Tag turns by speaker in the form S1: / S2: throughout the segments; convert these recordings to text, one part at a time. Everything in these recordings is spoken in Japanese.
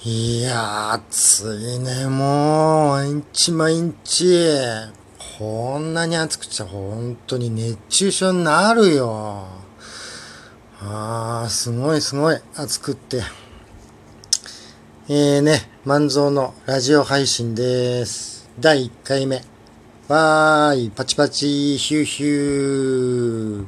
S1: いやー、暑いね、もう、毎日毎日。こんなに暑くちゃ本当に熱中症になるよ。すごいすごい、暑くって。万蔵のラジオ配信です。第1回目。わーい、パチパチ、ヒューヒュー。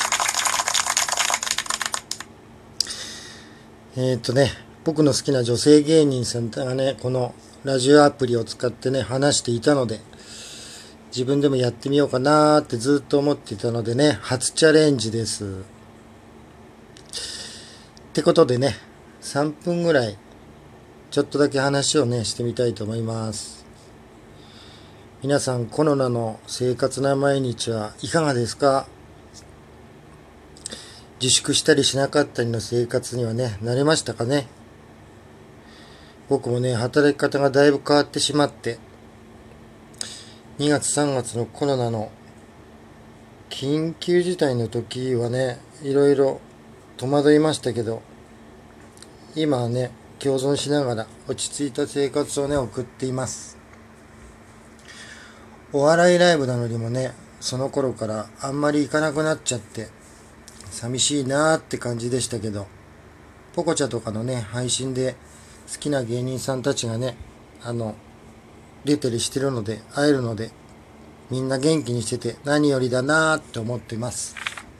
S1: 僕の好きな女性芸人さんがね、このラジオアプリを使ってね、話していたので、自分でもやってみようかなーってずっと思っていたのでね、初チャレンジです。ってことでね、3分ぐらい、ちょっとだけ話をね、してみたいと思います。皆さん、コロナの生活な毎日はいかがですか？自粛したりしなかったりの生活にはね、慣れましたかね？僕もね、働き方がだいぶ変わってしまって、2月3月のコロナの緊急事態の時はね、いろいろ戸惑いましたけど、今はね、共存しながら落ち着いた生活をね、送っています。お笑いライブなのにもね、その頃からあんまり行かなくなっちゃって、寂しいなーって感じでしたけど、ポコチャとかのね、配信で好きな芸人さんたちがね、出たりしてるので、会えるので、みんな元気にしてて何よりだなーって思ってます。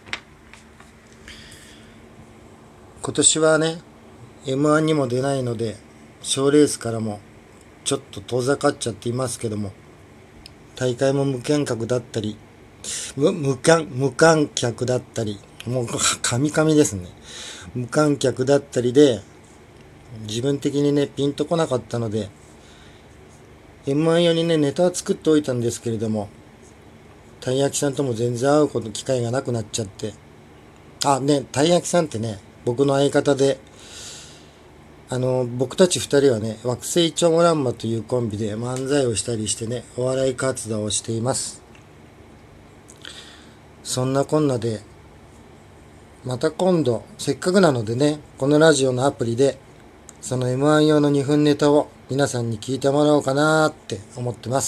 S1: 今年はね、M1 にも出ないので、賞レースからもちょっと遠ざかっちゃっていますけども、大会も無観客だったり、無観客だったり、もうカミカミですね。無観客だったりで、自分的にね、ピンとこなかったので、M1 用にね、ネタは作っておいたんですけれども、たい焼きさんとも全然会うこと機会がなくなっちゃって、たい焼きさんってね、僕の相方で、僕たち二人はね、惑星チョモランマというコンビで漫才をしたりしてね、お笑い活動をしています。そんなこんなで、また今度、せっかくなのでね、このラジオのアプリで、その M1 用の2分ネタを皆さんに聞いてもらおうかなーって思ってます。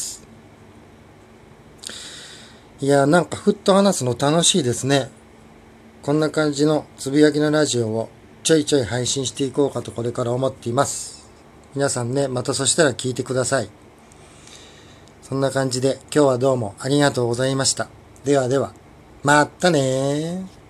S1: いやー、なんかふっと話すの楽しいですね。こんな感じのつぶやきのラジオをちょいちょい配信していこうかとこれから思っています。皆さんね、またそしたら聞いてください。そんな感じで今日はどうもありがとうございました。ではでは、またねー。